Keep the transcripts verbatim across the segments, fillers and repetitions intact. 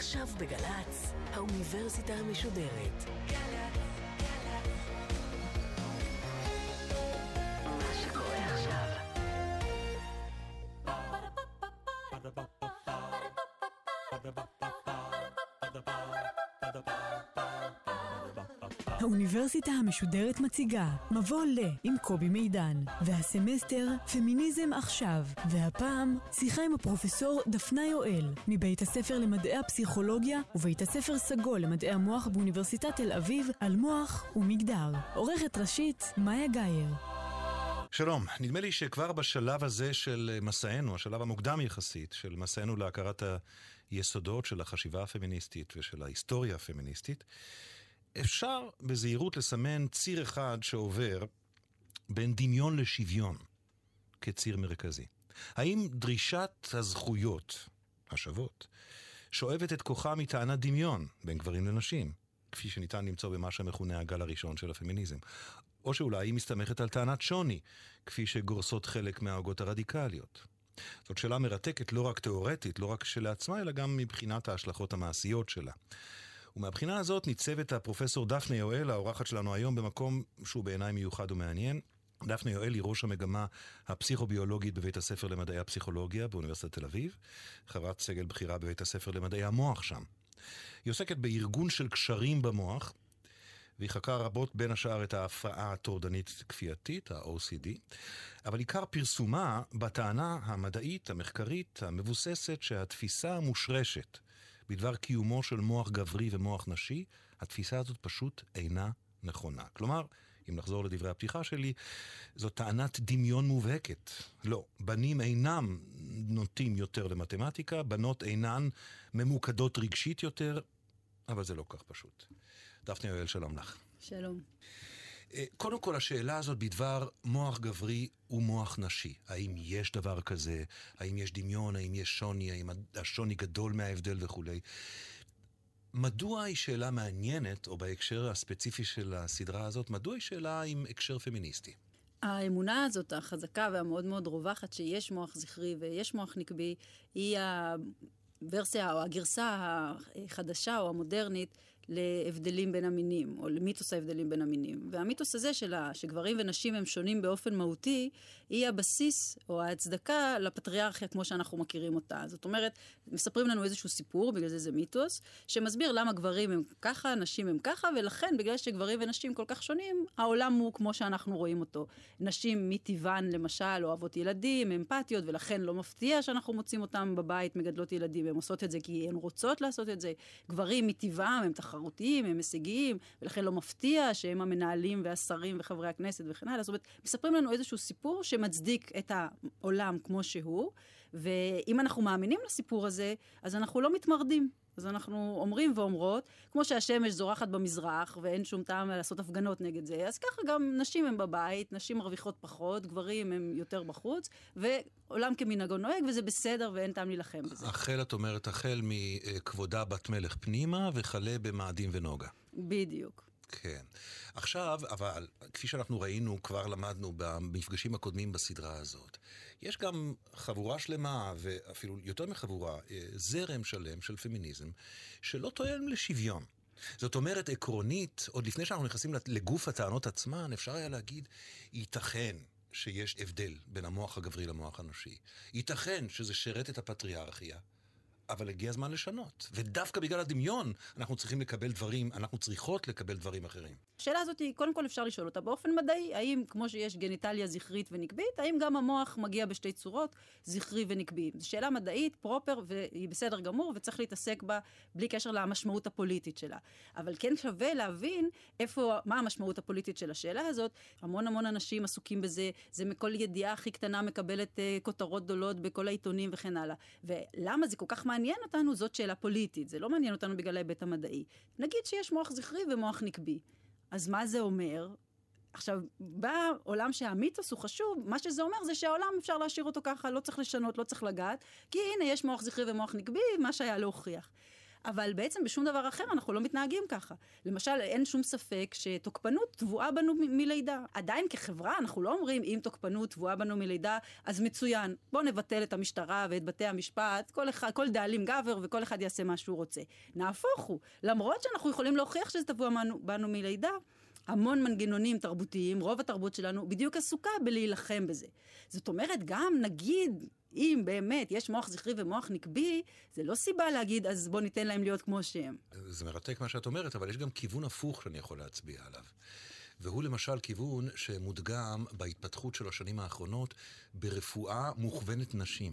עכשיו בגלץ, האוניברסיטה המשודרת. מה שקורה עכשיו. האוניברסיטה המשודרת מציגה מבוא ל עם קובי מידן, והסמסטר פמיניזם עכשיו, והפעם שיחה עם הפרופסור דפנה יואל מבית הספר למדעי הפסיכולוגיה ובית הספר סגול למדעי המוח באוניברסיטת תל אביב על מוח ומגדר. עורכת ראשית מאיה גייר. שלום, נדמה לי שכבר בשלב הזה של מסענו, השלב המוקדם יחסית של מסענו להכרת היסודות של החשיבה הפמיניסטית ושל ההיסטוריה הפמיניסטית, אפשר בזהירות לסמן ציר אחד שעובר בין דמיון לשוויון כציר מרכזי. האם דרישת הזכויות השוות שואבת את כוחה מטענת דמיון בין גברים לנשים, כפי שניתן למצוא במה שמכונה הגל הראשון של הפמיניזם, או שאולי היא מסתמכת על טענת שוני, כפי שגורסות חלק מההוגות הרדיקליות? זאת שאלה מרתקת לא רק תיאורטית, לא רק שלעצמה, אלא גם מבחינת ההשלכות המעשיות שלה. ומהבחינה הזאת ניצבת הפרופסור דפנה יואל, האורחת שלנו היום, במקום שהוא בעיניי מיוחד ומעניין. דפנה יואל היא ראש המגמה הפסיכוביולוגית בבית הספר למדעי הפסיכולוגיה באוניברסיטת תל אביב, חברת סגל בחירה בבית הספר למדעי המוח שם. היא עוסקת בארגון של קשרים במוח, והיא חקרה רבות בין השאר את ההפרעה הטורדנית כפייתית, ה-או סי די, אבל עיקר פרסומה בטענה המדעית, המחקרית, המבוססת שהתפיסה המושרשת בדבר קיומו של מוח גברי ומוח נשי, התפיסה הזאת פשוט אינה נכונה. כלומר, אם נחזור לדברי הפתיחה שלי, זו טענת דמיון מובהקת. לא, בנים אינם נוטים יותר למתמטיקה, בנות אינן ממוקדות רגשית יותר, אבל זה לא כך פשוט. דפנה יואל, שלום לך. שלום. קודם כל, השאלה הזאת בדבר מוח גברי ומוח נשי. האם יש דבר כזה? האם יש דמיון? האם יש שוני? האם השוני גדול מההבדל וכו'? מדוע היא שאלה מעניינת, או בהקשר הספציפי של הסדרה הזאת, מדוע היא שאלה עם הקשר פמיניסטי? האמונה הזאת, החזקה והמאוד מאוד רווחת, שיש מוח זכרי ויש מוח נקבי, היא הוורסיה או הגרסה החדשה או המודרנית להבדלים בין המינים, או למיתוס ההבדלים בין המינים. והמיתוס הזה שלה, שגברים ונשים הם שונים באופן מהותי, היא הבסיס או ההצדקה לפטריארכיה כמו שאנחנו מכירים אותה. זאת אומרת, מספרים לנו איזשהו סיפור, בגלל זה זה מיתוס, שמסביר למה גברים הם ככה, נשים הם ככה, ולכן בגלל שגברים ונשים כל כך שונים, העולם הוא כמו שאנחנו רואים אותו. נשים מטבען למשל אוהבות ילדים, אמפתיות, ולכן לא מפתיע שאנחנו מוצאים אותם בבית מגדלות ילדים, הם עושות את זה כי הן רוצות לעשות את זה. גברים מטבעם הם תחרותיים, הם הישגיים, ולכן לא מפתיע שהם המנהלים והשרים וחברי הכנסת וכן הלאה. זאת אומרת, מספרים לנו איזשהו סיפור שמצדיק את העולם כמו שהוא, ואם אנחנו מאמינים לסיפור הזה, אז אנחנו לא מתמרדים. אז אנחנו אומרים ואומרות, כמו שהשמש זורחת במזרח, ואין שום טעם לעשות הפגנות נגד זה, אז ככה גם נשים הם בבית, נשים מרוויחות פחות, גברים הם יותר בחוץ, ועולם כמנהגו נוהג, וזה בסדר, ואין טעם להילחם בזה. החל, את אומרת, החל מכבודה בת מלך פנימה, וחלה במאדים ונוגה. בדיוק. כן. עכשיו, אבל, כפי שאנחנו ראינו, כבר למדנו במפגשים הקודמים בסדרה הזאת, יש גם חבורה שלמה, ואפילו יותר מחבורה, זרם שלם של פמיניזם, שלא טוען לשוויון. זאת אומרת, עקרונית, עוד לפני שאנחנו נכנסים לגוף הטענות עצמן, אפשר היה להגיד, ייתכן שיש הבדל בין המוח הגברי למוח הנשי. ייתכן שזה שרת את הפטריארכיה, אבל הגיע הזמן לשנות. ודווקא בגלל הדמיון, אנחנו צריכים לקבל דברים, אנחנו צריכות לקבל דברים אחרים. השאלה הזאת היא, קודם כל אפשר לשאול אותה באופן מדעי, האם כמו שיש גניטליה זכרית ונקבית, האם גם המוח מגיע בשתי צורות, זכרי ונקבי? זו שאלה מדעית, פרופר, והיא בסדר גמור, וצריך להתעסק בה בלי קשר למשמעות הפוליטית שלה. אבל כן שווה להבין איפה, מה המשמעות הפוליטית של השאלה הזאת. המון המון אנשים עסוקים בזה, זה מכל ידיעה הכי קטנה מקבלת uh, כותרות גדולות בכל העיתונים וכן הלאה. ולמה זה כל כך מעניין אותנו? זאת שאלה פוליטית, זה לא מעניין אותנו בגלל ההיבט המדעי. נגיד שיש מוח זכרי ומוח נקבי. אז מה זה אומר? עכשיו, בעולם שהמיתוס הוא חשוב, מה שזה אומר זה שהעולם אפשר להשאיר אותו ככה, לא צריך לשנות, לא צריך לגעת, כי הנה יש מוח זכרי ומוח נקבי, מה שהיה להוכיח. אבל בעצם בשום דבר אחר אנחנו לא מתנהגים ככה. למשל, אין שום ספק שתוקפנות טבועה בנו מ- מלידה. עדיין כחברה אנחנו לא אומרים, אם תוקפנות טבועה בנו מלידה, אז מצוין. בוא נבטל את המשטרה ואת בתי המשפט, כל אחד, כל דאלים גבר וכל אחד יעשה מה שהוא רוצה. נהפוך הוא. למרות שאנחנו יכולים להוכיח שזה טבוע בנו, בנו מלידה, המון מנגנונים תרבותיים, רוב התרבות שלנו בדיוק עסוקה בלהילחם בזה. זאת אומרת, גם נגיד, אם באמת יש מוח זכרי ומוח נקבי, זה לא סיבה להגיד, אז בוא ניתן להם להיות כמו שהם. זה מרתק מה שאת אומרת, אבל יש גם כיוון הפוך שאני יכול להצביע עליו. והוא למשל כיוון שמודגם בהתפתחות של השנים האחרונות ברפואה מוכוונת נשים.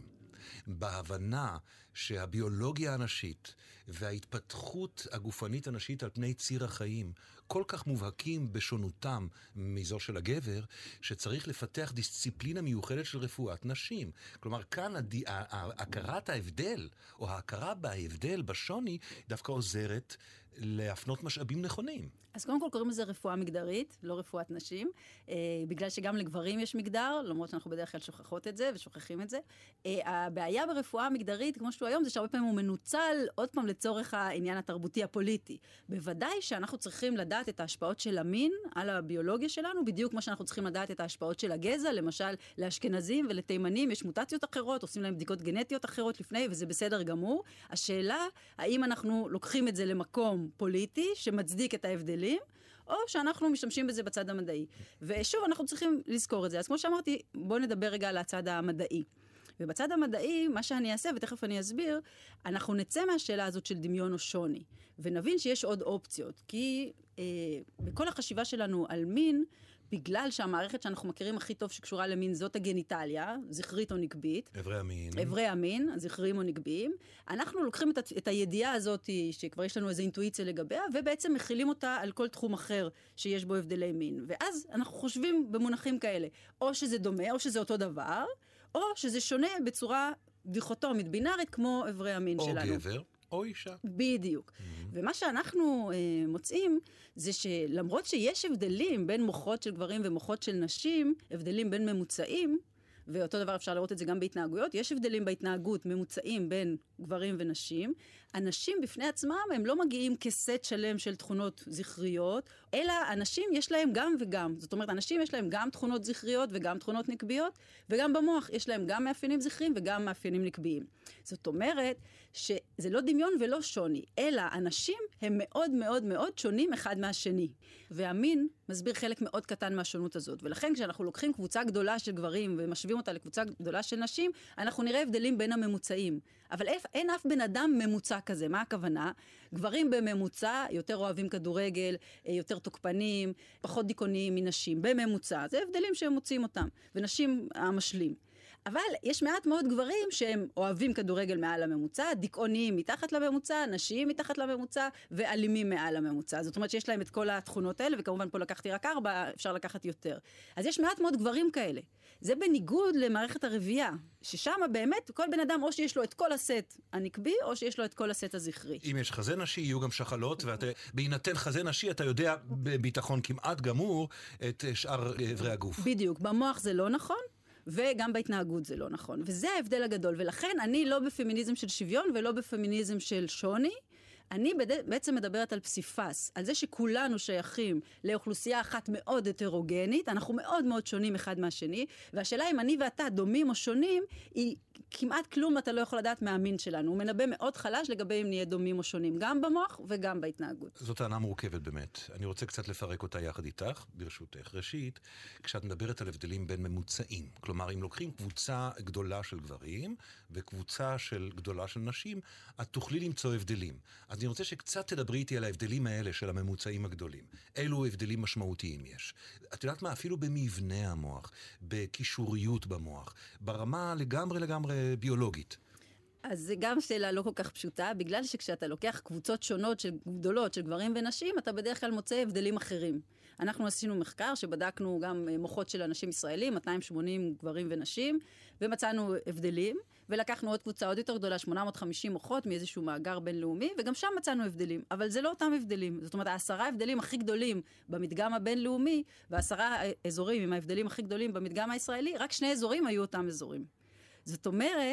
בהבנה שהביולוגיה הנשית וההתפתחות הגופנית הנשית על פני ציר החיים כל כך מובהקים בשונותם מזו של הגבר, שצריך לפתח דיסציפלינה מיוחדת של רפואת נשים. כלומר, כאן הד... הכרת ההבדל, או ההכרה בהבדל, בשוני, דווקא עוזרת להפנות משאבים נכונים. אז קודם כל קוראים לזה רפואה מגדרית, לא רפואת נשים, אה, בגלל שגם לגברים יש מגדר, למרות שאנחנו בדרך כלל שוכחות את זה ושוכחים את זה. אה, הבעיה ברפואה המגדרית, כמו שהוא היום, זה שהרבה פעמים הוא מנוצל עוד פעם לצורך העניין התרבותי הפוליטי. בוודאי שאנחנו צריכים לדעת את ההשפעות של המין על הביולוגיה שלנו, בדיוק כמו שאנחנו צריכים לדעת את ההשפעות של הגזע, למשל לאשכנזים ולתימנים יש מוטציות אחרות, עושים להם בדיקות גנטיות אחרות לפני, וזה בסדר גמור. השאלה, האם אנחנו לוקחים את זה למקום פוליטי שמצדיק את ההבדלים, או שאנחנו משתמשים בזה בצד המדעי. ושוב, אנחנו צריכים לזכור את זה. אז כמו שאמרתי, בואו נדבר רגע על הצד המדעי. ובצד המדעי, מה שאני אעשה, ותכף אני אסביר, אנחנו נצא מהשאלה הזאת של דמיון או שוני, ונבין שיש עוד אופציות. כי אה, בכל החשיבה שלנו על מין, בגלל שהמערכת שאנחנו מכירים הכי טוב שקשורה למין זאת הגניטליה, זכרית או נקבית. אברי המין. אברי המין, זכריים או נקביים. אנחנו לוקחים את, את הידיעה הזאת, שכבר יש לנו איזו אינטואיציה לגביה, ובעצם מכילים אותה על כל תחום אחר שיש בו הבדלי מין. ואז אנחנו חושבים במונחים כאלה, או שזה דומה, או שזה אותו דבר, או שזה שונה בצורה דיכוטומית, בינארית, כמו אברי המין או שלנו. או גבר. או אישה. בדיוק. Mm-hmm. ומה שאנחנו אה, מוצאים, זה שלמרות שיש הבדלים בין מוחות של גברים ומוחות של נשים, הבדלים בין ממוצעים, ואותו דבר אפשר לראות את זה גם בהתנהגויות, יש הבדלים בהתנהגות ממוצעים בין גברים ונשים, אנשים בפני עצמם הם לא מגיעים כסט שלם של תכונות זכריות, אלא אנשים יש להם גם וגם. זאת אומרת, אנשים יש להם גם תכונות זכריות וגם תכונות נקביות, וגם במוח יש להם גם מאפיינים זכריים וגם מאפיינים נקביים. זאת אומרת שזה לא דמיון ולא שוני, אלא אנשים הם מאוד מאוד מאוד שונים אחד מהשני. והמין מסביר חלק מאוד קטן מהשונות הזאת. ולכן כשאנחנו לוקחים קבוצה גדולה של גברים ומשווים אותה לקבוצה גדולה של נשים, אנחנו נראה הבדלים בין הממוצעים. אבל אין אף בן אדם ממוצע כזה. מה הכוונה? גברים בממוצע יותר אוהבים כדורגל, יותר תוקפנים, פחות דיכאוניים מנשים. בממוצע. זה הבדלים שהם מוצאים אותם. ונשים המשלים. אבל יש מעט מאוד גברים שהם אוהבים כדורגל מעל הממוצע, דיכאוניים מתחת לממוצע, נשיים מתחת לממוצע, ואלימים מעל הממוצע. זאת אומרת שיש להם את כל התכונות האלה, וכמובן פה לקחתי רק ארבע, אפשר לקחת יותר. אז יש מעט מאוד גברים כאלה. זה בניגוד למערכת הרבייה, ששם באמת כל בן אדם או שיש לו את כל הסט הנקבי, או שיש לו את כל הסט הזכרי. אם יש חזה נשי, יהיו גם שחלות, ובהינתן חזה נשי אתה יודע בביטחון כמעט גמור את שאר אברי הגוף. בדיוק, במוח זה לא נכון. וגם בהתנהגות זה לא נכון. וזה ההבדל הגדול. ולכן אני לא בפמיניזם של שוויון ולא בפמיניזם של שוני. אני בעצם מדברת על פסיפס, על זה שכולנו שייכים לאוכלוסייה אחת מאוד הטרוגנית, אנחנו מאוד מאוד שונים אחד מהשני, והשאלה אם אני ואתה דומים או שונים, היא כמעט כלום אתה לא יכול לדעת מהמין שלנו. הוא מנבא מאוד חלש לגבי אם נהיה דומים או שונים, גם במוח וגם בהתנהגות. זאת טענה מורכבת באמת. אני רוצה קצת לפרק אותה יחד איתך, ברשותך. ראשית, כשאת מדברת על הבדלים בין ממוצעים, כלומר, אם לוקחים קבוצה גדולה של גברים וקבוצה של גדולה של נשים, את תוכלי למצוא הבדלים. אז אני רוצה שקצת תדברי איתי על ההבדלים האלה של הממוצעים הגדולים. אילו הבדלים משמעותיים יש. את יודעת מה? אפילו במבנה המוח, בקישוריות במוח, ברמה לגמרי לגמרי ביולוגית. אז זה גם שאלה לא כל כך פשוטה, בגלל שכשאתה לוקח קבוצות שונות של גדולות של גברים ונשים, אתה בדרך כלל מוצא הבדלים אחרים. אנחנו עשינו מחקר שבדקנו גם מוחות של אנשים ישראלים, מאתיים ושמונים גברים ונשים, ומצאנו הבדלים, ולקחנו עוד קבוצה עוד יותר גדולה, שמונה מאות וחמישים מוחות מאיזשהו מאגר בינלאומי, וגם שם מצאנו הבדלים, אבל זה לא אותם הבדלים. זאת אומרת, העשרה הבדלים הכי גדולים במדגם הבינלאומי, והעשרה אזורים עם ההבדלים הכי גדולים במדגם הישראלי, רק שני אזורים היו אותם אזורים. זאת אומרת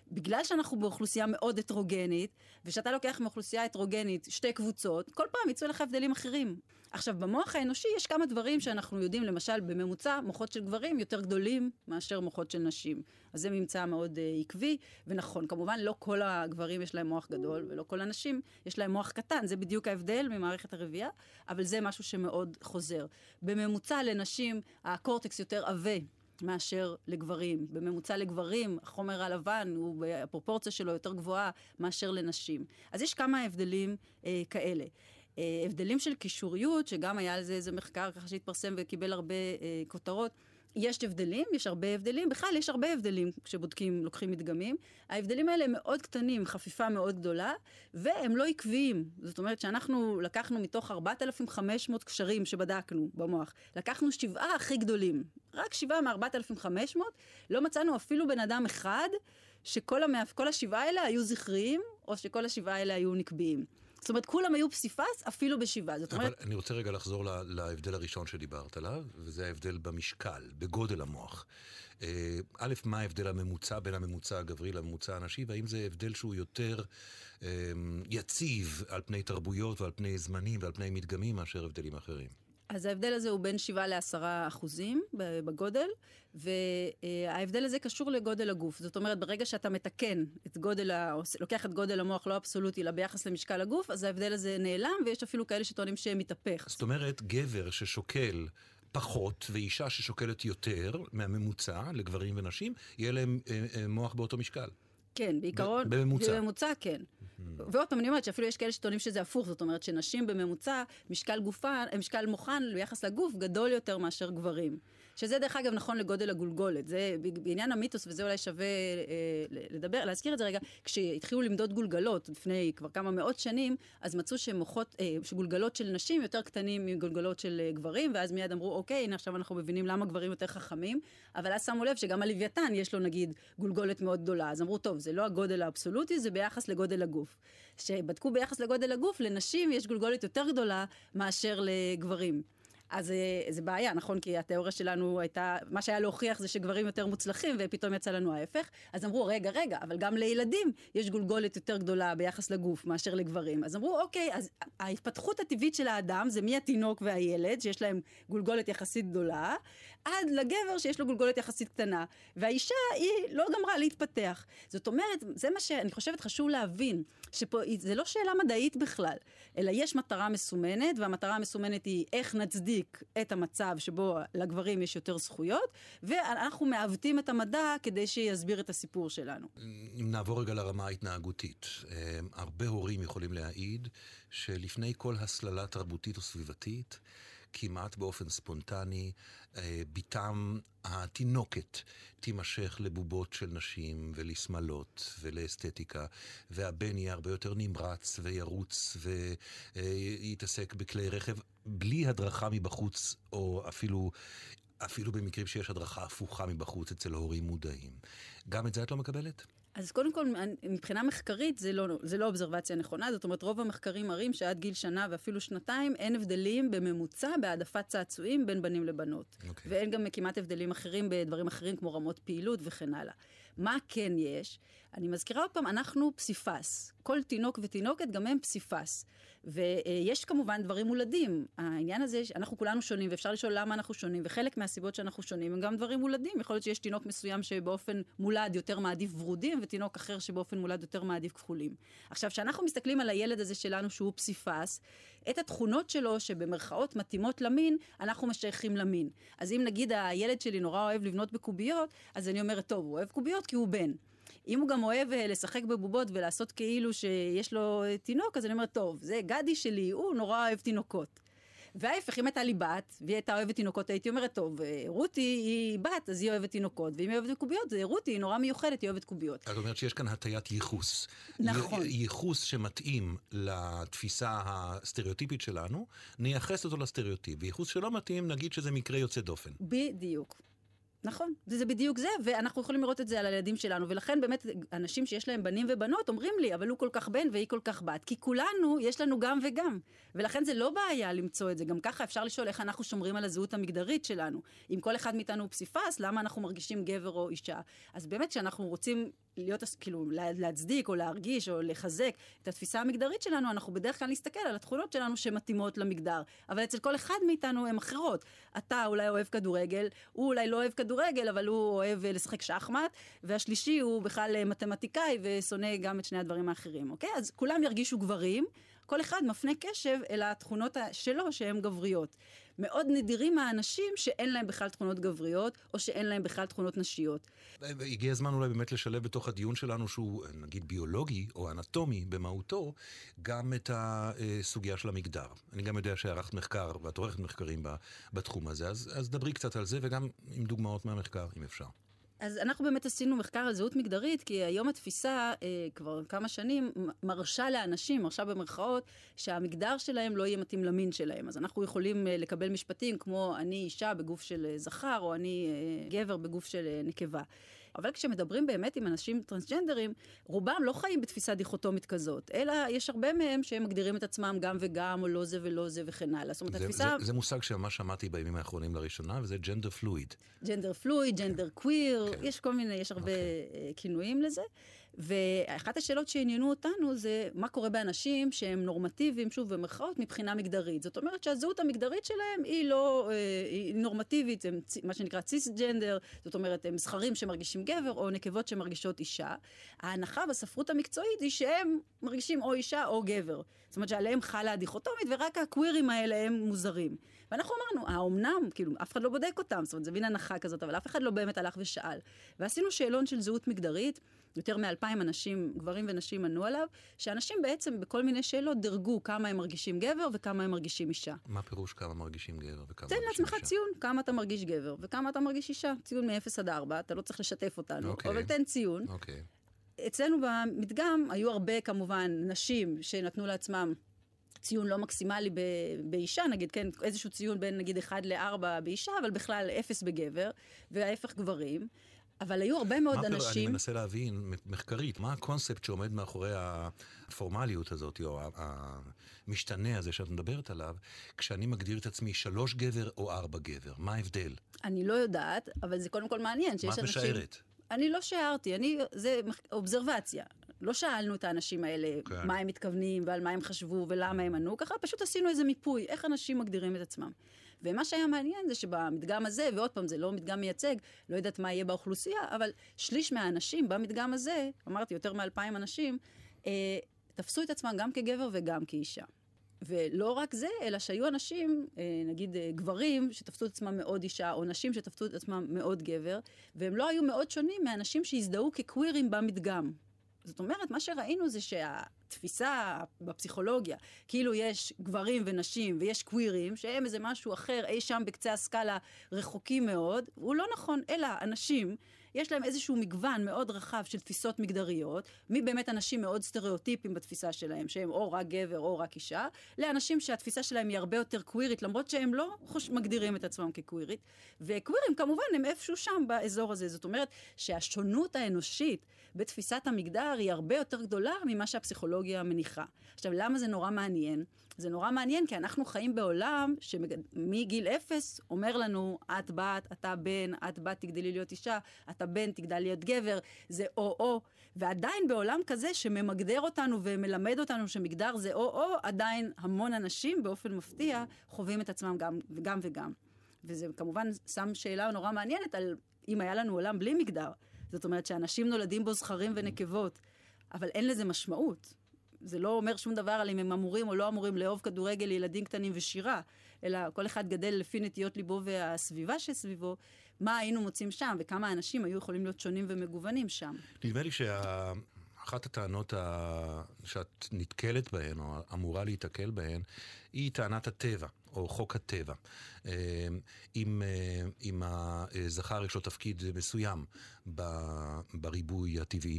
בגלל שאנחנו באוכלוסייה מאוד הטרוגנית, ושאתה לוקח מאוכלוסייה הטרוגנית שתי קבוצות, כל פעם יצאו לך הבדלים אחרים. עכשיו, במוח האנושי יש כמה דברים שאנחנו יודעים, למשל, בממוצע, מוחות של גברים יותר גדולים מאשר מוחות של נשים. אז זה ממצא מאוד uh, עקבי, ונכון, כמובן, לא כל הגברים יש להם מוח גדול, ולא כל הנשים יש להם מוח קטן, זה בדיוק ההבדל ממערכת הרבייה, אבל זה משהו שמאוד חוזר. בממוצע לנשים, הקורטקס יותר עבה, מאשר לגברים. בממוצע לגברים, החומר הלבן הוא בפרופורציה שלו יותר גבוהה מאשר לנשים. אז יש כמה הבדלים אה, כאלה. אה, הבדלים של קישוריות, שגם היה על זה איזה מחקר ככה שהתפרסם וקיבל הרבה אה, כותרות. יש הבדלים, יש הרבה הבדלים, בכלל יש הרבה הבדלים כשבודקים, לוקחים מדגמים. ההבדלים האלה הם מאוד קטנים, חפיפה מאוד גדולה, והם לא עקביים. זאת אומרת שאנחנו לקחנו מתוך ארבעת אלפים וחמש מאות קשרים שבדקנו במוח, לקחנו שבעה הכי גדולים. רק שבעה מ-ארבעת אלפים וחמש מאות, לא מצאנו אפילו בן אדם אחד שכל המאפ... כל השבעה האלה היו זכריים, או שכל השבעה האלה היו נקביים. זאת אומרת, כולם היו פסיפס, אפילו בשבעה. זאת אומרת... אבל אני רוצה רגע לחזור לה, להבדל הראשון שדיברת עליו, וזה ההבדל במשקל, בגודל המוח. א', מה ההבדל הממוצע בין הממוצע הגברי לממוצע הנשי, והאם זה הבדל שהוא יותר יציב על פני תרבויות ועל פני זמנים ועל פני מדגמים מאשר הבדלים אחרים? אז ההבדל הזה הוא בין שבעה לעשרה אחוזים בגודל, וההבדל הזה קשור לגודל הגוף. זאת אומרת, ברגע שאתה מתקן את גודל, לוקח את גודל המוח לא אבסולוטי, אלא ביחס למשקל הגוף, אז ההבדל הזה נעלם, ויש אפילו כאלה שטוענים שהם מתהפך. זאת אומרת, גבר ששוקל פחות ואישה ששוקלת יותר מהממוצע לגברים ונשים, יהיה להם אה, אה, מוח באותו משקל. כן, בעיקרון, בממוצע. בממוצע כן. ועוד פעם אני אומרת שאפילו יש כאלה שטוענים שזה הפוך, זאת אומרת שנשים בממוצע, משקל גופן, משקל מוחן ביחס לגוף גדול יותר מאשר גברים. שזה דרך אגב נכון לגודל הגולגולת. זה בעניין המיתוס, וזה אולי שווה אה, לדבר, להזכיר את זה רגע, כשהתחילו למדוד גולגלות לפני כבר כמה מאות שנים, אז מצאו שמוחות, אה, שגולגלות של נשים יותר קטנים מגולגלות של אה, גברים, ואז מיד אמרו, אוקיי, הנה עכשיו אנחנו מבינים למה גברים יותר חכמים, אבל אז שמו לב שגם הלוויתן יש לו נגיד גולגולת מאוד גדולה, אז אמרו, טוב, זה לא הגודל האבסולוטי, זה ביחס לגודל הגוף. שבדקו ביחס לגודל הגוף, לנשים יש גולגולת יותר גדולה מאשר לגברים. אז זה בעיה, נכון? כי התיאוריה שלנו הייתה, מה שהיה להוכיח זה שגברים יותר מוצלחים, ופתאום יצא לנו ההפך. אז אמרו, רגע, רגע, אבל גם לילדים יש גולגולת יותר גדולה ביחס לגוף מאשר לגברים. אז אמרו, אוקיי, אז ההתפתחות הטבעית של האדם זה מהתינוק והילד, שיש להם גולגולת יחסית גדולה, עד לגבר שיש לו גולגולת יחסית קטנה. והאישה היא לא גמרה להתפתח. זאת אומרת, זה מה שאני חושבת חשוב להבין, שפה זה לא שאלה מדעית בכלל, אלא יש מטרה מסומנת, והמטרה המסומנת היא איך נצדיק את המצב שבו לגברים יש יותר זכויות, ואנחנו מעוותים את המדע כדי שיסביר את הסיפור שלנו. אם נעבור רגע לרמה ההתנהגותית, הרבה הורים יכולים להעיד שלפני כל הסללה תרבותית או סביבתית, כמעט באופן ספונטני, ביתם התינוקת תימשך לבובות של נשים ולשמלות ולאסתטיקה, והבן יהיה הרבה יותר נמרץ וירוץ ויתעסק בכלי רכב בלי הדרכה מבחוץ, או אפילו, אפילו במקרים שיש הדרכה הפוכה מבחוץ אצל הורים מודעים. גם את זה את לא מקבלת? אז קודם כל, מבחינה מחקרית, זה לא, זה לא אובזרבציה נכונה. זאת אומרת, רוב המחקרים מראים שעד גיל שנה ואפילו שנתיים, אין הבדלים בממוצע בהעדפת צעצועים בין בנים לבנות. Okay. ואין גם כמעט הבדלים אחרים בדברים אחרים, כמו רמות פעילות וכן הלאה. מה כן יש? אני מזכירה עוד פעם, אנחנו פסיפס. כל תינוק ותינוקת גם הם פסיפס. ויש כמובן דברים מולדים. העניין הזה, אנחנו כולנו שונים, ואפשר לשאול למה אנחנו שונים, וחלק מהסיבות שאנחנו שונים הם גם דברים מולדים. יכול להיות שיש תינוק מסוים שבאופן מולד יותר מעדיף ורודים, ותינוק אחר שבאופן מולד יותר מעדיף כחולים. עכשיו, כשאנחנו מסתכלים על הילד הזה שלנו שהוא פסיפס, את התכונות שלו שבמרכאות מתאימות למין, אנחנו משייכים למין. אז אם נגיד הילד שלי נורא אוהב לבנות בקוביות, אז אני אומרת, טוב, הוא אוהב קוביות כי הוא בן. אם הוא גם אוהב לשחק בבובות ולעשות כאילו שיש לו תינוק, אז אני אומרת, טוב, זה גדי שלי, הוא נורא אוהב תינוקות. וההפך, אם הייתה לי בת, והיא הייתה אוהבת תינוקות, הייתי אומרת, טוב, רותי היא בת, אז היא אוהבת תינוקות, ואם היא אוהבת קוביות, זה רותי, היא נורא מיוחדת, היא אוהבת קוביות. את אומרת שיש כאן הטיית ייחוס. נכון. ייחוס שמתאים לתפיסה הסטריאוטיפית שלנו, נייחס אותו לסטריאוטיפ. וייחוס שלא מתאים, נגיד שזה מקרה יוצא דופן. בדיוק. נכון, זה בדיוק זה, ואנחנו יכולים לראות את זה על הילדים שלנו, ולכן באמת אנשים שיש להם בנים ובנות אומרים לי, אבל הוא כל כך בן והיא כל כך בת, כי כולנו יש לנו גם וגם, ולכן זה לא בעיה למצוא את זה, גם ככה אפשר לשאול איך אנחנו שומרים על הזהות המגדרית שלנו, אם כל אחד מאיתנו הוא פסיפס, למה אנחנו מרגישים גבר או אישה, אז באמת כשאנחנו רוצים להיות, כאילו, להצדיק או להרגיש או לחזק את התפיסה המגדרית שלנו, אנחנו בדרך כלל נסתכל על התכונות שלנו שמתאימות למגדר. אבל אצל כל אחד מאיתנו הן אחרות. אתה אולי אוהב כדורגל, הוא אולי לא אוהב כדורגל, אבל הוא אוהב לשחק שחמט, והשלישי הוא בכלל מתמטיקאי ושונא גם את שני הדברים האחרים, אוקיי? אז כולם ירגישו גברים, כל אחד מפנה קשב אל התכונות שלו שהן גבריות. מאוד נדירים האנשים שאין להם בכלל תכונות גבריות, או שאין להם בכלל תכונות נשיות. הגיע הזמן אולי באמת לשלב בתוך הדיון שלנו, שהוא נגיד ביולוגי או אנטומי במהותו, גם את הסוגיה של המגדר. אני גם יודע שערכת מחקר, ואת עורכת מחקרים בתחום הזה, אז, אז דברי קצת על זה, וגם עם דוגמאות מהמחקר, אם אפשר. אז אנחנו באמת עשינו מחקר על זהות מגדרית, כי היום התפיסה, אה, כבר כמה שנים, מרשה לאנשים, מרשה במרכאות, שהמגדר שלהם לא יהיה מתאים למין שלהם. אז אנחנו יכולים אה, לקבל משפטים כמו אני אישה בגוף של אה, זכר, או אני אה, גבר בגוף של אה, נקבה. אבל כשמדברים באמת עם אנשים טרנסג'נדרים, רובם לא חיים בתפיסה דיכוטומית כזאת, אלא יש הרבה מהם שהם מגדירים את עצמם גם וגם, או לא זה ולא זה וכן הלאה. זאת אומרת, זה, התפיסה... זה, זה מושג שממש שמעתי בימים האחרונים לראשונה, וזה ג'נדר פלואיד. ג'נדר פלואיד, ג'נדר קוויר, כן. יש כל מיני, יש הרבה okay. כינויים לזה. ואחת השאלות שעניינו אותנו זה מה קורה באנשים שהם נורמטיביים, שוב, במרכאות, מבחינה מגדרית. זאת אומרת שהזהות המגדרית שלהם היא לא היא נורמטיבית, הם מה שנקרא ציסג'נדר, זאת אומרת, הם זכרים שמרגישים גבר או נקבות שמרגישות אישה. ההנחה בספרות המקצועית היא שהם מרגישים או אישה או גבר. זאת אומרת שעליהם חלה הדיכוטומית, ורק הקווירים האלה הם מוזרים. ואנחנו אמרנו, האומנם, כאילו, אף אחד לא בודק אותם, זאת אומרת, זה מין הנחה כזאת, אבל אף אחד לא באמת הלך ושאל. ועשינו שאלון של זהות מגדרית, יותר מאלפיים אנשים, גברים ונשים ענו עליו, שאנשים בעצם בכל מיני שאלות דרגו כמה הם מרגישים גבר וכמה הם מרגישים אישה. מה פירוש כמה מרגישים גבר וכמה תן מרגישים לעצמך אישה? ציון, כמה אתה מרגיש גבר וכמה אתה מרגיש אישה. ציון מ-אפס עד ארבע, אתה לא צריך לשתף אותנו, אוקיי. אבל תן ציון. אוקיי. אצלנו במדגם היו הרבה כמובן נשים שנתנו לעצמם ציון לא מקסימלי ב- באישה, נגיד, כן, איזשהו ציון בין נגיד אחד לארבע באישה, אבל בכלל אפס בגבר, וההפך גברים. אבל היו הרבה מאוד מה אנשים... אני מנסה להבין מחקרית, מה הקונספט שעומד מאחורי הפורמליות הזאת, או המשתנה הזה שאת מדברת עליו, כשאני מגדיר את עצמי שלוש גבר או ארבע גבר? מה ההבדל? אני לא יודעת, אבל זה קודם כל מעניין שיש מה את אנשים... משערת? אני לא שערתי, אני... זה אובזרבציה. לא שאלנו את האנשים האלה כן. מה הם מתכוונים ועל מה הם חשבו ולמה הם ענו, ככה פשוט עשינו איזה מיפוי, איך אנשים מגדירים את עצמם. ומה שהיה מעניין זה שבמדגם הזה, ועוד פעם זה לא מדגם מייצג, לא יודעת מה יהיה באוכלוסייה, אבל שליש מהאנשים במדגם הזה, אמרתי יותר מאלפיים אנשים, אה, תפסו את עצמם גם כגבר וגם כאישה. ולא רק זה, אלא שהיו אנשים, אה, נגיד אה, גברים, שתפסו את עצמם מאוד אישה, או נשים שתפסו את עצמם מאוד גבר, והם לא היו מאוד שונים מאנשים שהזדהו כקווירים במדגם. זאת אומרת, מה שראינו זה שהתפיסה בפסיכולוגיה, כאילו יש גברים ונשים ויש קווירים, שהם איזה משהו אחר, אי שם בקצה הסקאלה רחוקים מאוד, הוא לא נכון, אלא אנשים, יש להם איזשהו מגוון מאוד רחב של תפיסות מגדריות, מבאמת אנשים מאוד סטריאוטיפיים בתפיסה שלהם, שהם או רק גבר או רק אישה, לאנשים שהתפיסה שלהם היא הרבה יותר קווירית, למרות שהם לא חוש... מגדירים את עצמם כקווירית, וקווירים כמובן הם איפשהו שם באזור הזה, זאת אומרת שהשונות האנושית בתפיסת המגדר היא הרבה יותר גדולה ממה שהפסיכולוגיה מניחה. עכשיו, למה זה נורא מעניין? זה נורא מעניין כי אנחנו חיים בעולם שמגיל אפס אומר לנו, את בת, אתה בן, את בת תגדלי להיות אישה, אתה בן תגדל להיות גבר, זה או-או, ועדיין בעולם כזה שממגדר אותנו ומלמד אותנו שמגדר זה או-או, עדיין המון אנשים באופן מפתיע חווים את עצמם גם, גם וגם. וזה כמובן שם שאלה נורא מעניינת על אם היה לנו עולם בלי מגדר. זאת אומרת שאנשים נולדים בו זכרים ונקבות, אבל אין לזה משמעות. זה לא אומר שום דבר על אם הם אמורים או לא אמורים לאהוב כדורגל ילדים קטנים ושירה, אלא כל אחד גדל לפי נטיות ליבו והסביבה שסביבו, מה היינו מוצאים שם וכמה אנשים היו יכולים להיות שונים ומגוונים שם. נדמה לי שאחת הטענות שאת נתקלת בהן או אמורה להתקל בהן היא טענת הטבע או חוק הטבע. אם, אם הזכר יש לו תפקיד מסוים בריבוי הטבעי,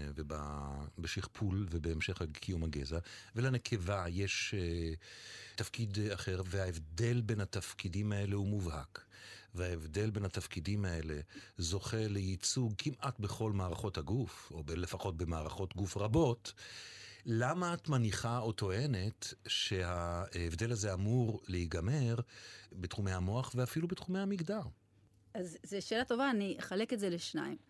ובשכפול ובהמשך קיום הגזע, ולנקבה יש תפקיד אחר, וההבדל בין התפקידים האלה הוא מובהק. וההבדל בין התפקידים האלה זוכה לייצוג כמעט בכל מערכות הגוף, או לפחות במערכות גוף רבות. למה את מניחה או טוענת שההבדל הזה אמור להיגמר בתחומי המוח ואפילו בתחומי המגדר? אז זו שאלה טובה, אני אחלק את זה לשניים.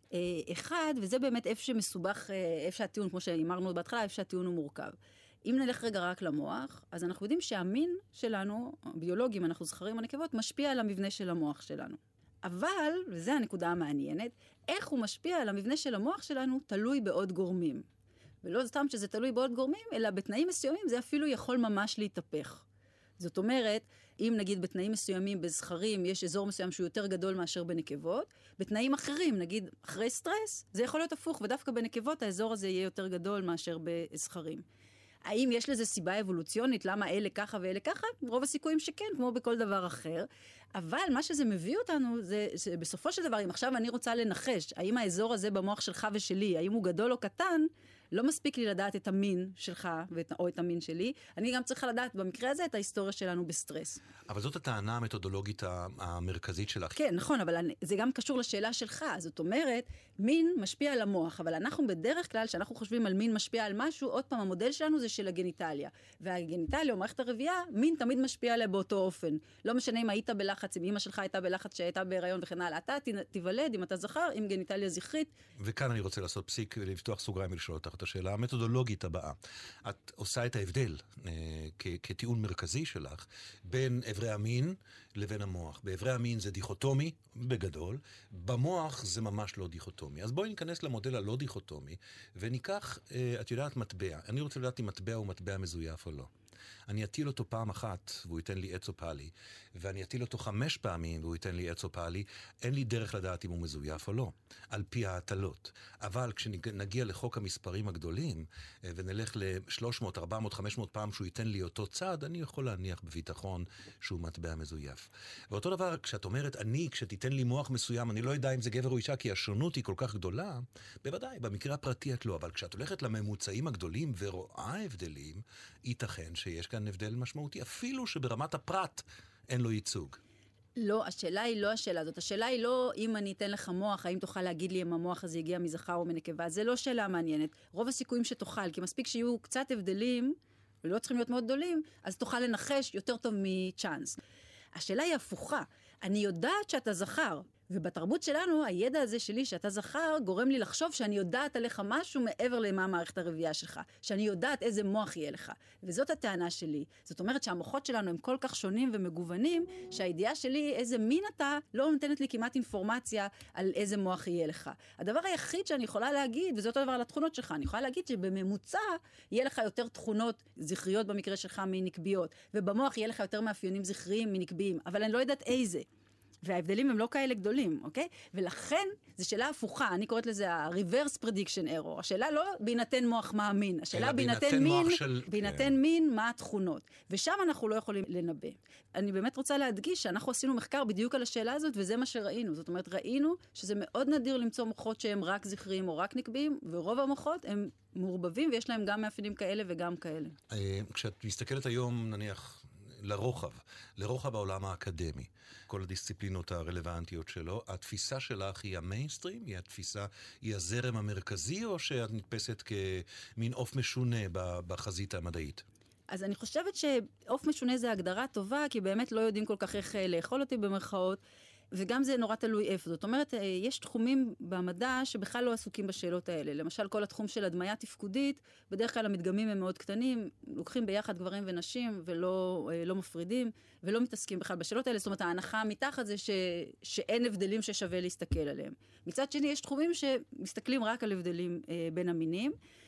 אחד, וזה באמת איפה שמסובך, איפה שהטיעון, כמו שאמרנו בהתחלה, איפה שהטיעון הוא מורכב. אם נלך רגע רק למוח, אז אנחנו יודעים שהמין שלנו, ביולוגים, אנחנו זכרים הנקבות, משפיע על המבנה של המוח שלנו. אבל, וזו הנקודה המעניינת, איך הוא משפיע על המבנה של המוח שלנו תלוי בעוד גורמים. ולא סתם שזה תלוי בעוד גורמים, אלא בתנאים מסוימים זה אפילו יכול ממש להתהפך. זאת אומרת, אם נגיד בתנאים מסוימים בזכרים יש אזור מסוים שהוא יותר גדול מאשר בנקבות, בתנאים אחרים, נגיד אחרי סטרס, זה יכול להיות הפוך, ודווקא בנקבות האזור הזה יהיה יותר גדול מאשר בזכרים. האם יש לזה סיבה אבולוציונית, למה אלה ככה ואלה ככה? רוב הסיכויים שכן, כמו בכל דבר אחר. אבל מה שזה מביא אותנו, זה שבסופו של דבר, אם עכשיו אני רוצה לנחש, האם האזור הזה במוח שלך ושלי, האם הוא גדול או קטן, לא מספיק לי לדעת את המין שלך או את המין שלי, אני גם צריכה לדעת במקרה הזה את ההיסטוריה שלנו בסטרס. אבל זאת הטענה המתודולוגית המרכזית שלך. כן, נכון, אבל זה גם קשור לשאלה שלך. זאת אומרת, מין משפיע על המוח, אבל אנחנו בדרך כלל, שאנחנו חושבים על מין משפיע על משהו, עוד פעם, המודל שלנו זה של הגניטליה. והגניטליה או מערכת הרבייה, מין תמיד משפיע עליה באותו אופן. לא משנה אם היית בלחץ, אם אמא שלך הייתה בלחץ שהייתה בהיריון וכן הלאה. אתה תיוולד, אם אתה זכר, עם גניטליה זכרית. וכאן אני רוצה לעשות פסיק ולפתוח סוגריים ולשאול אותך את השאלה המתודולוגית הבאה. את עושה את ההבדל אה, כ- כטיעון מרכזי שלך בין אברי המין לבין המוח. באברי המין זה דיכוטומי, בגדול. במוח זה ממש לא דיכוטומי. אז בואי ניכנס למודל הלא דיכוטומי, וניקח, אה, את יודעת, מטבע. אני רוצה לדעת אם מטבע הוא מטבע מזויף או לא. אני אטיל אותו פעם אחת, והוא ייתן לי עץ או פאלי, ואני אטיל אותו חמש פעמים, והוא ייתן לי עץ או פאלי, אין לי דרך לדעת אם הוא מזויף או לא, על פי ההטלות. אבל כשנגיע לחוק המספרים הגדולים, ונלך ל-שלוש מאות, ארבע מאות, חמש מאות פעם שהוא ייתן לי אותו צד, אני יכול להניח בביטחון שהוא מטבע מזויף. ואותו דבר, כשאת אומרת, אני, כשתיתן לי מוח מסוים, אני לא יודע אם זה גבר או אישה, כי השונות היא כל כך גדולה, בוודאי, במקרה הפרטי את לא, אבל כשאת הולכת לממוצעים הגדולים ורואה הבדלים, ייתכן שיש כאן הבדל משמעותי, אפילו שברמת הפרט אין לו ייצוג. לא, השאלה היא לא השאלה הזאת. השאלה היא לא אם אני אתן לך מוח, האם תוכל להגיד לי אם המוח הזה הגיע מזכר או מנקבה. זה לא שאלה מעניינת. רוב הסיכויים שתוכל, כי מספיק שיהיו קצת הבדלים, ולא צריכים להיות מאוד גדולים, אז תוכל לנחש יותר טוב מצ'אנס. השאלה היא הפוכה. אני יודעת שאתה זכר, ובתרבות שלנו, הידע הזה שלי שאתה זכר, גורם לי לחשוב שאני יודעת עליך משהו מעבר למה מערכת הרבייה שלך. שאני יודעת איזה מוח יהיה לך. וזאת הטענה שלי. זאת אומרת שהמוחות שלנו הם כל כך שונים ומגוונים, שהידיעה שלי, איזה מין אתה, לא נותנת לי כמעט אינפורמציה על איזה מוח יהיה לך. הדבר היחיד שאני יכולה להגיד, וזה אותו דבר על התכונות שלך, אני יכולה להגיד שבממוצע יהיה לך יותר תכונות זכריות במקרה שלך מנקביות, ובמוח יהיה לך יותר מאפיינים זכריים מנקביים, אבל אני לא יודעת איזה. וההבדלים הם לא כאלה גדולים, אוקיי? ולכן, זו שאלה הפוכה, אני קוראת לזה ה-reverse prediction error. השאלה לא בהינתן מוח מה המין, השאלה בהינתן מין, של... בהינתן כן. מין מה התכונות. ושם אנחנו לא יכולים לנבא. אני באמת רוצה להדגיש שאנחנו עשינו מחקר בדיוק על השאלה הזאת, וזה מה שראינו. זאת אומרת, ראינו שזה מאוד נדיר למצוא מוחות שהם רק זכריים או רק נקביים, ורוב המוחות הם מעורבבים, ויש להם גם מאפיינים כאלה וגם כאלה. כשאת מסתכלת היום, נניח, לרוחב, לרוחב העולם האקדמי, כל הדיסציפלינות הרלוונטיות שלו, התפיסה שלך היא המיינסטרים, היא התפיסה, היא הזרם המרכזי, או שאת נתפסת כמין אוף משונה בחזית המדעית? אז אני חושבת שאוף משונה זה הגדרה טובה, כי באמת לא יודעים כל כך איך לאכול אותי במרכאות, וגם זה נורא תלוי איפה. זאת אומרת, יש תחומים במדע שבכלל לא עסוקים בשאלות האלה. למשל, כל התחום של הדמיה תפקודית, בדרך כלל המדגמים הם מאוד קטנים, לוקחים ביחד גברים ונשים ולא לא מפרידים, ולא מתעסקים בכלל בשאלות האלה. זאת אומרת, ההנחה מתחת זה ש, שאין הבדלים ששווה להסתכל עליהם. מצד שני, יש תחומים שמסתכלים רק על הבדלים אה, בין המינים,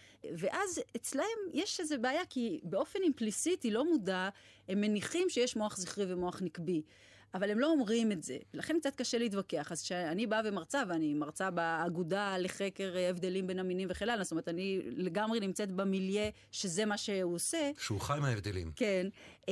ואז אצלהם יש איזו בעיה, כי באופן אימפליסיטי, לא מודע, הם מניחים שיש מוח זכרי ומוח נקבי. אבל הם לא אומרים את זה, ולכן קצת קשה להתווכח. אז כשאני באה ומרצה, ואני מרצה באגודה לחקר הבדלים בין המינים וכן הלאה, זאת אומרת, אני לגמרי נמצאת במיליה שזה מה שהוא עושה. שהוא חי מההבדלים. כן.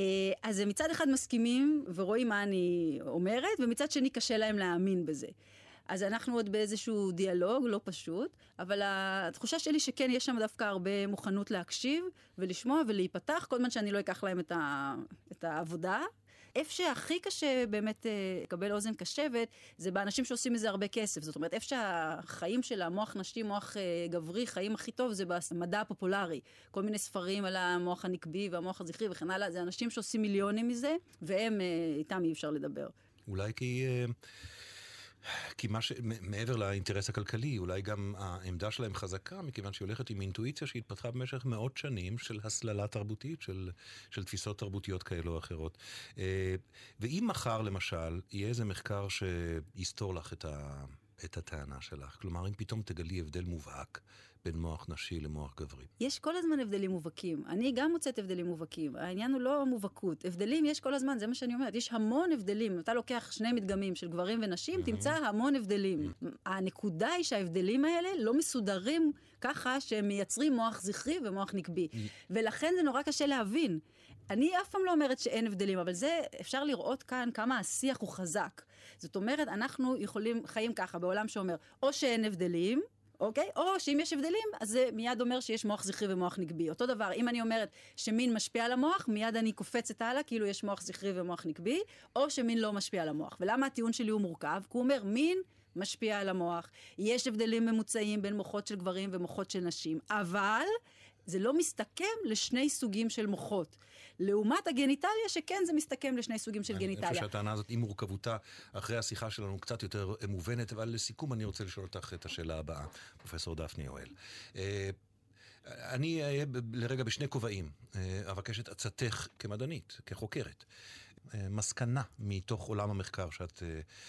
אז מצד אחד מסכימים ורואים מה אני אומרת, ומצד שני קשה להם להאמין בזה. אז אנחנו עוד באיזשהו דיאלוג, לא פשוט, אבל התחושה שלי שכן, יש שם דווקא הרבה מוכנות להקשיב ולשמוע ולהיפתח, כל זמן שאני לא אקח להם את, ה... את העבודה. איפה שהכי קשה באמת לקבל אוזן קשבת, זה באנשים שעושים מזה הרבה כסף. זאת אומרת, איפה שהחיים של המוח נשי, מוח גברי, חיים הכי טוב, זה במדע הפופולרי. כל מיני ספרים על המוח הנקבי והמוח הזכרי וכן הלאה, זה אנשים שעושים מיליונים מזה, והם, איתם אי אפשר לדבר. אולי כי... כי מה ש... מעבר לאינטרס הכלכלי, אולי גם העמדה שלהם חזקה, מכיוון שהיא הולכת עם אינטואיציה שהתפתחה במשך מאות שנים של הסללה תרבותית, של, של תפיסות תרבותיות כאלו או אחרות. ואם מחר, למשל, יהיה איזה מחקר שיסתור לך את, ה... את הטענה שלך, כלומר, אם פתאום תגלי הבדל מובהק בין מוח נשי למוח גברי. יש כל הזמן הבדלים מובהקים. אני גם מוצאת הבדלים מובהקים. העניין הוא לא מובהקות. הבדלים יש כל הזמן, זה מה שאני אומרת. יש המון הבדלים. אתה לוקח שני מדגמים של גברים ונשים, תמצא המון הבדלים. הנקודה היא שההבדלים האלה לא מסודרים ככה שהם מייצרים מוח זכרי ומוח נקבי. ולכן זה נורא קשה להבין. אני אף פעם לא אומרת שאין הבדלים, אבל זה אפשר לראות כאן כמה השיח הוא חזק. זאת אומרת, אנחנו יכולים חיים ככה בעולם שאומר, או שאין הבדלים, אוקיי? או שאם יש הבדלים, אז זה מיד אומר שיש מוח זכרי ומוח נקבי. אותו דבר, אם אני אומרת שמין משפיע על המוח, מיד אני קופצת הלאה, כאילו יש מוח זכרי ומוח נקבי, או שמין לא משפיע על המוח. ולמה הטיעון שלי הוא מורכב? כי הוא אומר, מין משפיע על המוח. יש הבדלים ממוצעים בין מוחות של גברים ומוחות של נשים, אבל זה לא מסתכם לשני סוגים של מוחות. לעומת הגניטליה, שכן זה מסתכם לשני סוגים של גניטליה. אני חושב שהטענה הזאת היא מורכבותה אחרי השיחה שלנו קצת יותר מובנת, אבל לסיכום אני רוצה לשאול אותך את השאלה הבאה, פרופסור דפני יואל. אני אהיה לרגע בשני כובעים, אבקש את עצתך כמדענית, כחוקרת. מסקנה מתוך עולם המחקר שאת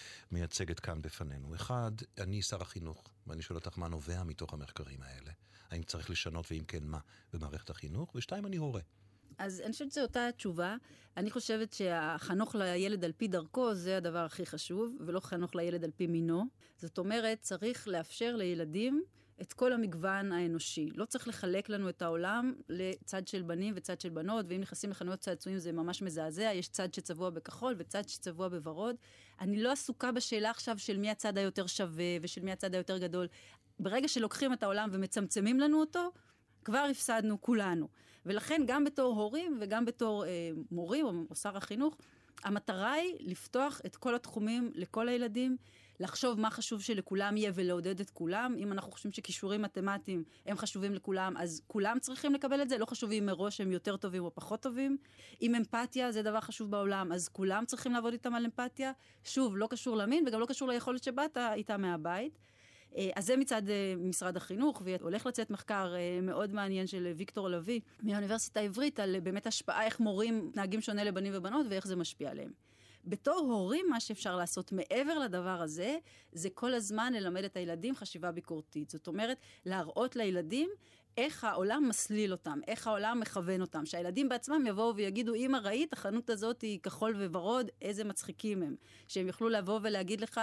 מייצגת כאן בפנינו. אחד, אני שר החינוך, ואני שואל אותך מה נובע מתוך המחקרים האלה. האם צריך לשנות ואם כן מה במערכת החינוך? ושתיים, אני הורה. אז אני חושבת שאותה התשובה. אני חושבת שהחנוך לילד על פי דרכו זה הדבר הכי חשוב, ולא חנוך לילד על פי מינו. זאת אומרת, צריך לאפשר לילדים את כל המגוון האנושי. לא צריך לחלק לנו את העולם לצד של בנים וצד של בנות, ואם נכנסים לחנויות צעצועים זה ממש מזעזע, יש צד שצבוע בכחול וצד שצבוע בוורוד. אני לא עסוקה בשאלה עכשיו של מי הצד היותר שווה ושל מי הצד היותר גדול. ברגע שלוקחים את העולם ומצמצמים לנו אותו, כבר הפסדנו כולנו. ולכן גם בתור הורים וגם בתור אה, מורים או, או שר החינוך, המטרה היא לפתוח את כל התחומים לכל הילדים, לחשוב מה חשוב שלכולם יהיה ולעודד את כולם. אם אנחנו חושבים שכישורים מתמטיים הם חשובים לכולם, אז כולם צריכים לקבל את זה. לא חשובים מראש הם יותר טובים או פחות טובים. אם אמפתיה זה דבר חשוב בעולם, אז כולם צריכים לעבוד איתם על אמפתיה. שוב, לא קשור למין וגם לא קשור ליכולת שבאת איתה מהבית. אז זה מצד משרד החינוך, והולך לצאת מחקר מאוד מעניין של ויקטור לוי מהאוניברסיטה העברית, על באמת השפעה איך מורים נהגים שונה לבנים ובנות ואיך זה משפיע עליהם. בתור הורים, מה שאפשר לעשות מעבר לדבר הזה, זה כל הזמן ללמד את הילדים חשיבה ביקורתית. זאת אומרת, להראות לילדים איך העולם מסליל אותם, איך העולם מכוון אותם, שהילדים בעצמם יבואו ויגידו, אמא ראית, החנות הזאת היא כחול וורוד, איזה מצחיקים הם. שהם יוכלו לבוא ולהגיד לך,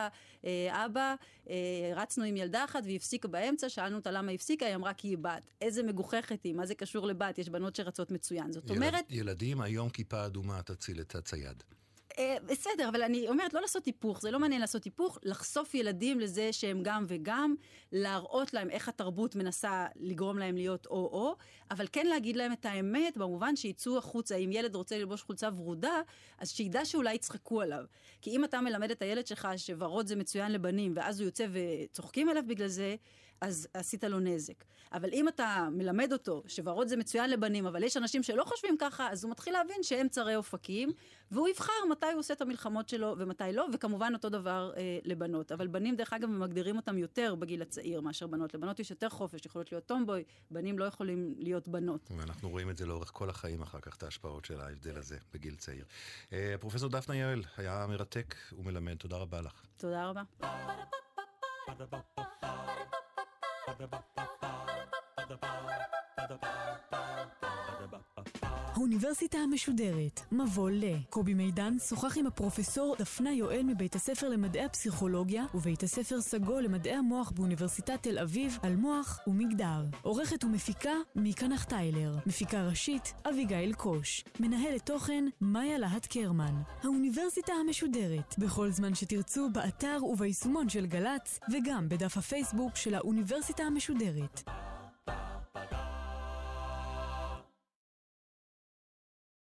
אבא, רצנו עם ילדה אחת והיא הפסיקה באמצע, שאלנו אותה למה היא הפסיקה, היא אמרה כי היא בת. איזה מגוחכת היא, מה זה קשור לבת? יש בנות שרצות מצוין. זאת אומרת... ילדים, היום כיפה אדומה תציל את הצייד. בסדר, אבל אני אומרת, לא לעשות היפוך, זה לא מעניין לעשות היפוך, לחשוף ילדים לזה שהם גם וגם, להראות להם איך התרבות מנסה לגרום להם להיות או-או, אבל כן להגיד להם את האמת, במובן שיצאו החוצה, אם ילד רוצה ללבוש חולצה ורודה, אז שידע שאולי יצחקו עליו. כי אם אתה מלמד את הילד שלך שוורוד זה מצוין לבנים, ואז הוא יוצא וצוחקים עליו בגלל זה, אז עשית לו נזק. אבל אם אתה מלמד אותו שוורוד זה מצוין לבנים, אבל יש אנשים שלא חושבים ככה, אז הוא מתחיל להבין שהם צרי אופקים, והוא יבחר מתי הוא עושה את המלחמות שלו ומתי לא, וכמובן אותו דבר אה, לבנות. אבל בנים דרך אגב מגדירים אותם יותר בגיל הצעיר מאשר בנות. לבנות יש יותר חופש, יכולות להיות טומבוי, בנים לא יכולים להיות בנות. ואנחנו רואים את זה לאורך כל החיים אחר כך, את ההשפעות של ההבדל הזה בגיל צעיר. אה, פרופסור דפנה יואל, היה מרתק ומלמד. תודה רבה לך. תודה רבה. האוניברסיטה המשודרת, מבוא ל. קובי מידן שוחח עם הפרופסור דפנה יואל מבית הספר למדעי הפסיכולוגיה ובית הספר סגול למדעי המוח באוניברסיטת תל אביב על מוח ומגדר. עורכת ומפיקה מיקה נחטיילר. מפיקה ראשית אביגיל קוש. מנהלת תוכן מאיה להט קרמן. האוניברסיטה המשודרת, בכל זמן שתרצו באתר וביישומון של גל"צ וגם בדף הפייסבוק של האוניברסיטה המשודרת.